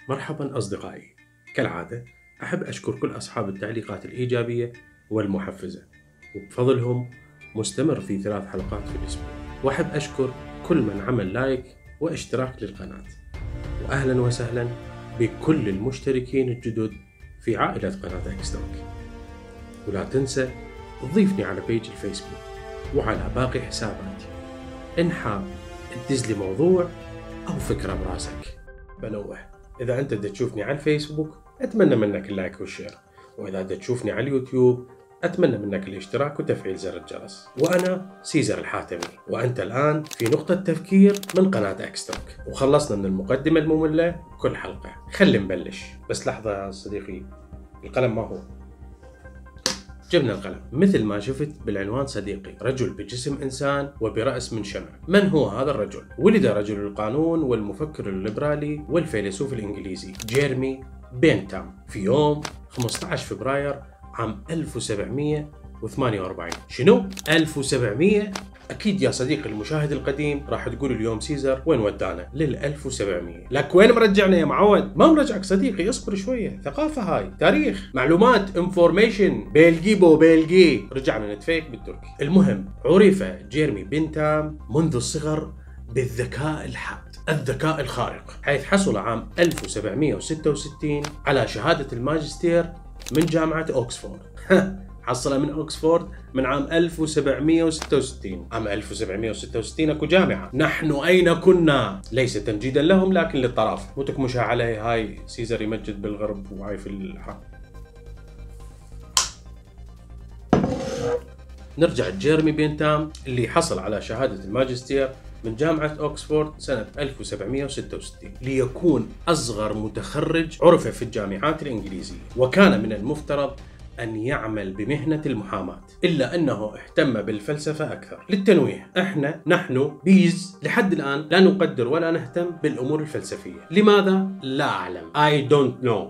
مرحبا أصدقائي، كالعادة أحب أشكر كل أصحاب التعليقات الإيجابية والمحفزة، وبفضلهم مستمر في 3 حلقات في الأسبوع. وأحب أشكر كل من عمل لايك واشتراك للقناة، وأهلا وسهلا بكل المشتركين الجدد في عائلة قناة إكستروك. ولا تنسى تضيفني على بيج الفيسبوك وعلى باقي حساباتي إن حاب تدز لي موضوع أو فكرة براسك. بنوه، إذا أنت تشوفني على الفيسبوك أتمنى منك اللايك والشير، وإذا تشوفني على اليوتيوب أتمنى منك الاشتراك وتفعيل زر الجرس. وأنا سيزر الحاتمي، وأنت الآن في نقطة تفكير من قناة إكستروك. وخلصنا من المقدمة المملة كل حلقة، خلي نبلش. بس لحظة يا صديقي، القلم ما هو؟ جبنا القلم. مثل ما شفت بالعنوان صديقي، رجل بجسم إنسان وبرأس من شمع. من هو هذا الرجل؟ ولد رجل القانون والمفكر الليبرالي والفيلسوف الإنجليزي جيرمي بنتام في يوم 15 فبراير عام 1748. شنو؟ 1700؟ أكيد يا صديقي المشاهد القديم راح تقول اليوم سيزر وين ودانا؟ لل 1700. لك وين مرجعنا يا معود؟ ما مرجعك صديقي، اصبر شوية، ثقافة هاي، تاريخ، معلومات، انفورميشن، بيلقي رجعنا نتفيك بالتركي. المهم، عرف جيرمي بنتام منذ الصغر بالذكاء الحاد، الذكاء الخارق، حيث حصل عام 1766 على شهادة الماجستير من جامعة أوكسفورد. حصل من أوكسفورد من عام 1766. عام 1766 اكو جامعة. نحن أين كنا؟ ليس تمجيدا لهم لكن للطرف. مو تكمشها علي هاي سيزر يمجد بالغرب وهاي في الحق. نرجع جيرمي بنتام اللي حصل على شهادة الماجستير من جامعة أوكسفورد سنة 1766 ليكون أصغر متخرج عرف في الجامعات الإنجليزية، وكان من المفترض أن يعمل بمهنة المحاماة، إلا أنه اهتم بالفلسفة أكثر. للتنويه، نحن بيز لحد الآن لا نقدر ولا نهتم بالأمور الفلسفية. لماذا؟ لا أعلم. I don't know.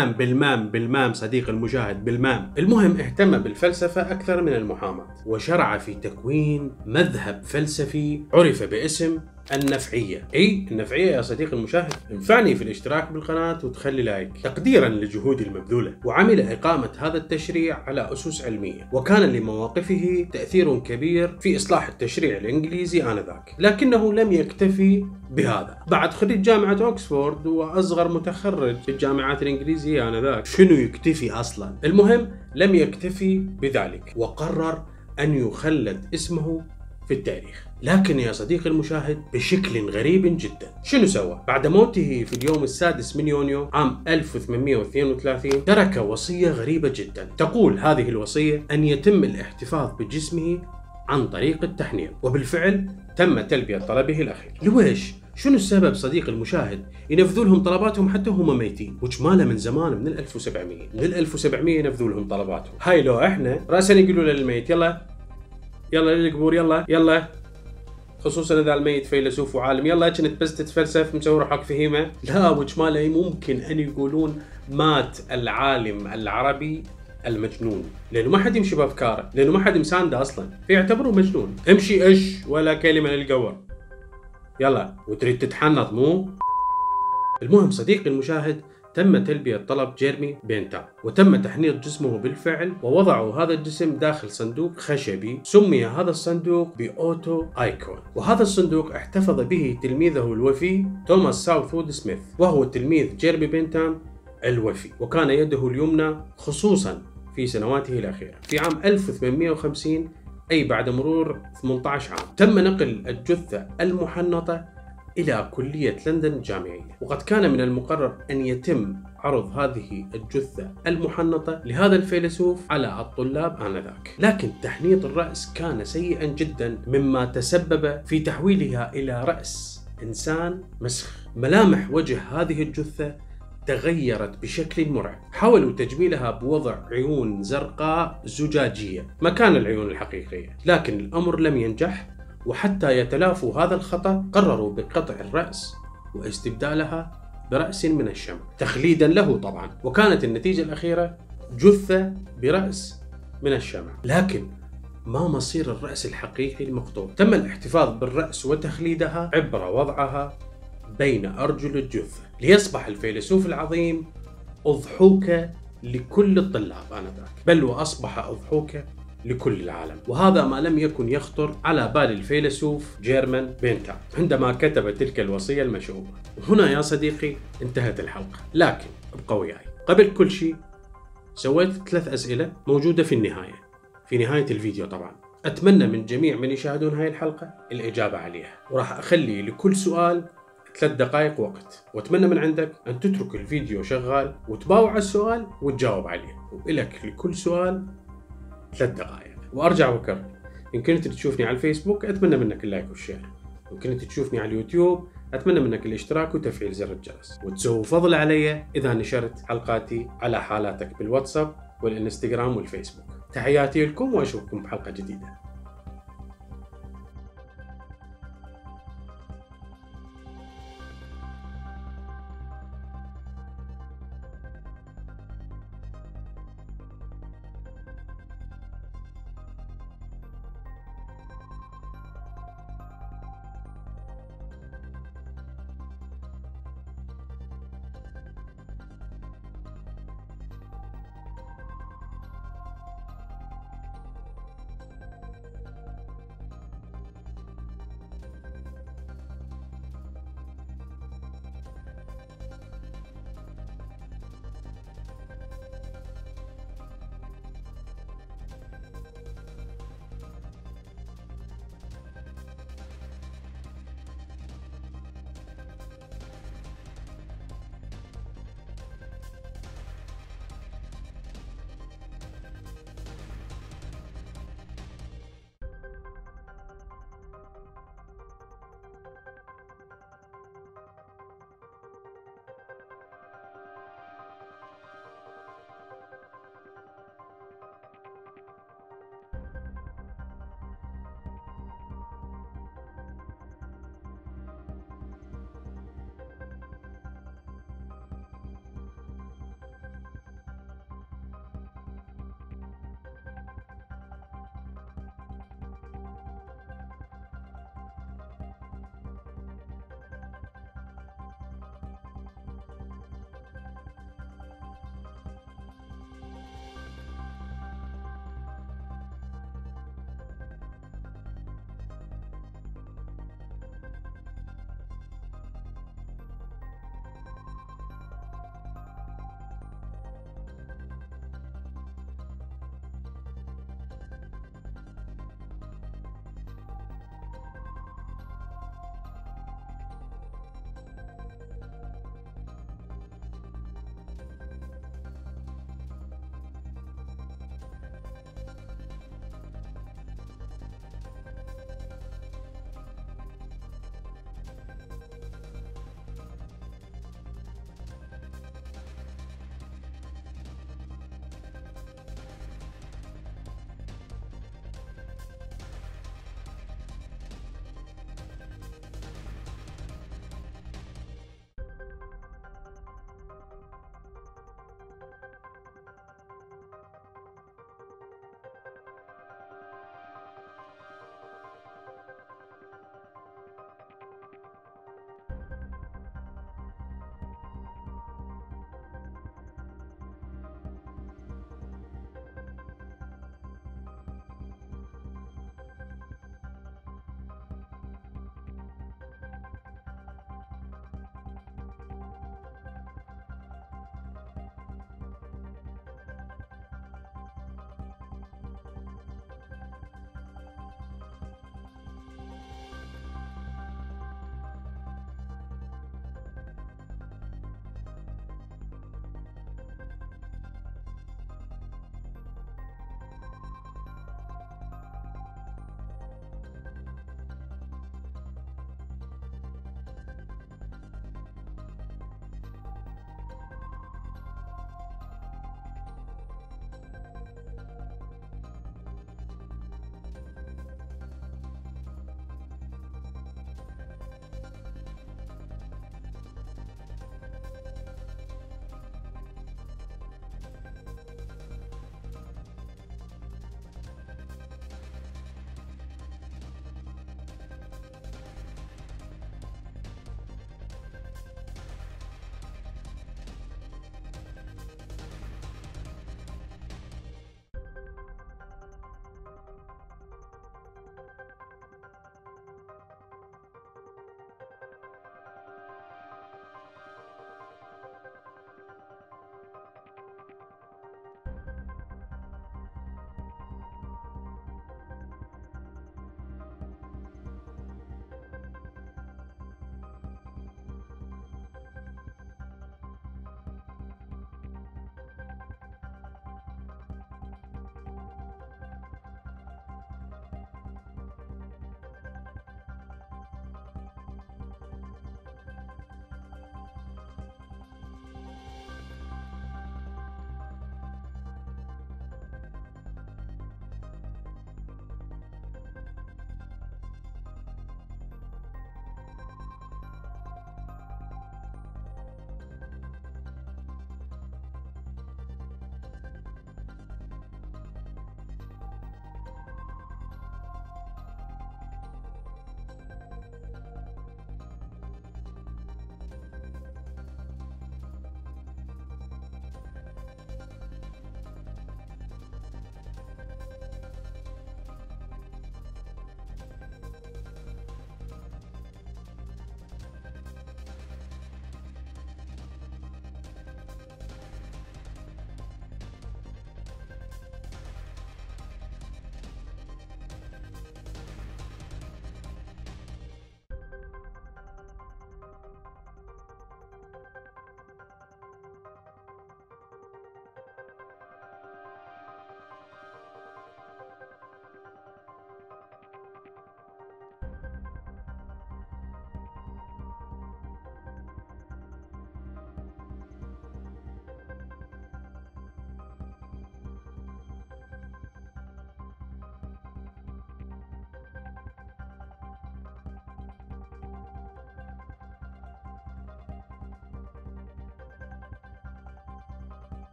بالمام صديق المشاهد، بالمام. المهم اهتم بالفلسفة أكثر من المحاماة، وشرع في تكوين مذهب فلسفي عرف باسم النفعية. النفعية يا صديقي المشاهد، انفعني في الاشتراك بالقناة وتخلي لايك تقديرا لجهودي المبذولة. وعمل إقامة هذا التشريع على أسس علمية، وكان لمواقفه تأثير كبير في إصلاح التشريع الإنجليزي آنذاك. لكنه لم يكتفي بهذا. بعد خريج جامعة أوكسفورد وأصغر متخرج في الجامعات الإنجليزية آنذاك، شنو يكتفي أصلا؟ المهم لم يكتفي بذلك، وقرر أن يخلد اسمه في التاريخ. لكن يا صديقي المشاهد بشكل غريب جدا، شنو سوى؟ بعد موته في اليوم 6 من يونيو عام 1832 ترك وصية غريبة جدا. تقول هذه الوصية أن يتم الاحتفاظ بجسمه عن طريق التحنيط، وبالفعل تم تلبية طلبه الأخير. لويش؟ شنو السبب صديقي المشاهد ينفذوا لهم طلباتهم حتى هم ميتين؟ وشماله من زمان، من 1700 من 1700 ينفذوا لهم طلباتهم. هاي لو احنا راسا يقولوا للميت يلا للقبور، يلا خصوصا اذا الميت فيلسوف وعالم، يلا كنت بس تتفلسف مسوي روحك فهيمه. لا، وجماله ممكن ان يقولون مات العالم العربي المجنون، لانه ما حد يمشي بافكاره، لانه ما حد مسانده اصلا، فيعتبروه مجنون. امشي ولا كلمه للقور، يلا وتريد تتحنط مو؟ المهم صديقي المشاهد، تم تلبية طلب جيرمي بنتام، وتم تحنيط جسمه بالفعل، ووضعوا هذا الجسم داخل صندوق خشبي. سمي هذا الصندوق بأوتو آيكون، وهذا الصندوق احتفظ به تلميذه الوفي توماس ساوثوود سميث، وهو تلميذ جيرمي بنتام الوفي، وكان يده اليمنى خصوصا في سنواته الأخيرة. في عام 1850، أي بعد مرور 18 عام، تم نقل الجثة المحنطة إلى كلية لندن الجامعية، وقد كان من المقرر أن يتم عرض هذه الجثة المحنطة لهذا الفيلسوف على الطلاب آنذاك. لكن تحنيط الرأس كان سيئا جدا، مما تسبب في تحويلها إلى رأس إنسان مسخ. ملامح وجه هذه الجثة تغيرت بشكل مرعب. حاولوا تجميلها بوضع عيون زرقاء زجاجية مكان العيون الحقيقية، لكن الأمر لم ينجح. وحتى يتلافوا هذا الخطأ قرروا بقطع الرأس واستبدالها برأس من الشمع، تخليدا له طبعا. وكانت النتيجة الأخيرة جثة برأس من الشمع. لكن ما مصير الرأس الحقيقي المقطوع؟ تم الاحتفاظ بالرأس وتخليدها عبر وضعها بين أرجل الجثة، ليصبح الفيلسوف العظيم أضحوكة لكل الطلاب آنذاك، بل وأصبح أضحوكة لكل العالم. وهذا ما لم يكن يخطر على بال الفيلسوف جيرمان بنتام عندما كتب تلك الوصية المشؤومة. وهنا يا صديقي انتهت الحلقة، لكن ابقى وياي. قبل كل شيء سويت 3 أسئلة موجودة في النهاية، في نهاية الفيديو طبعا. أتمنى من جميع من يشاهدون هاي الحلقة الإجابة عليها، وراح أخلي لكل سؤال 3 دقائق وقت، وأتمنى من عندك أن تترك الفيديو شغال وتباوع السؤال وتجاوب عليه، وإلك لكل سؤال 3 دقائق. وأرجع وأكرر، إن كنت تشوفني على الفيسبوك أتمنى منك اللايك والشير، وإن كنت تشوفني على اليوتيوب أتمنى منك الاشتراك وتفعيل زر الجرس، وتسوي فضل علي إذا نشرت حلقاتي على حالاتك بالواتساب والإنستغرام والفيسبوك. تحياتي لكم وأشوفكم بحلقة جديدة.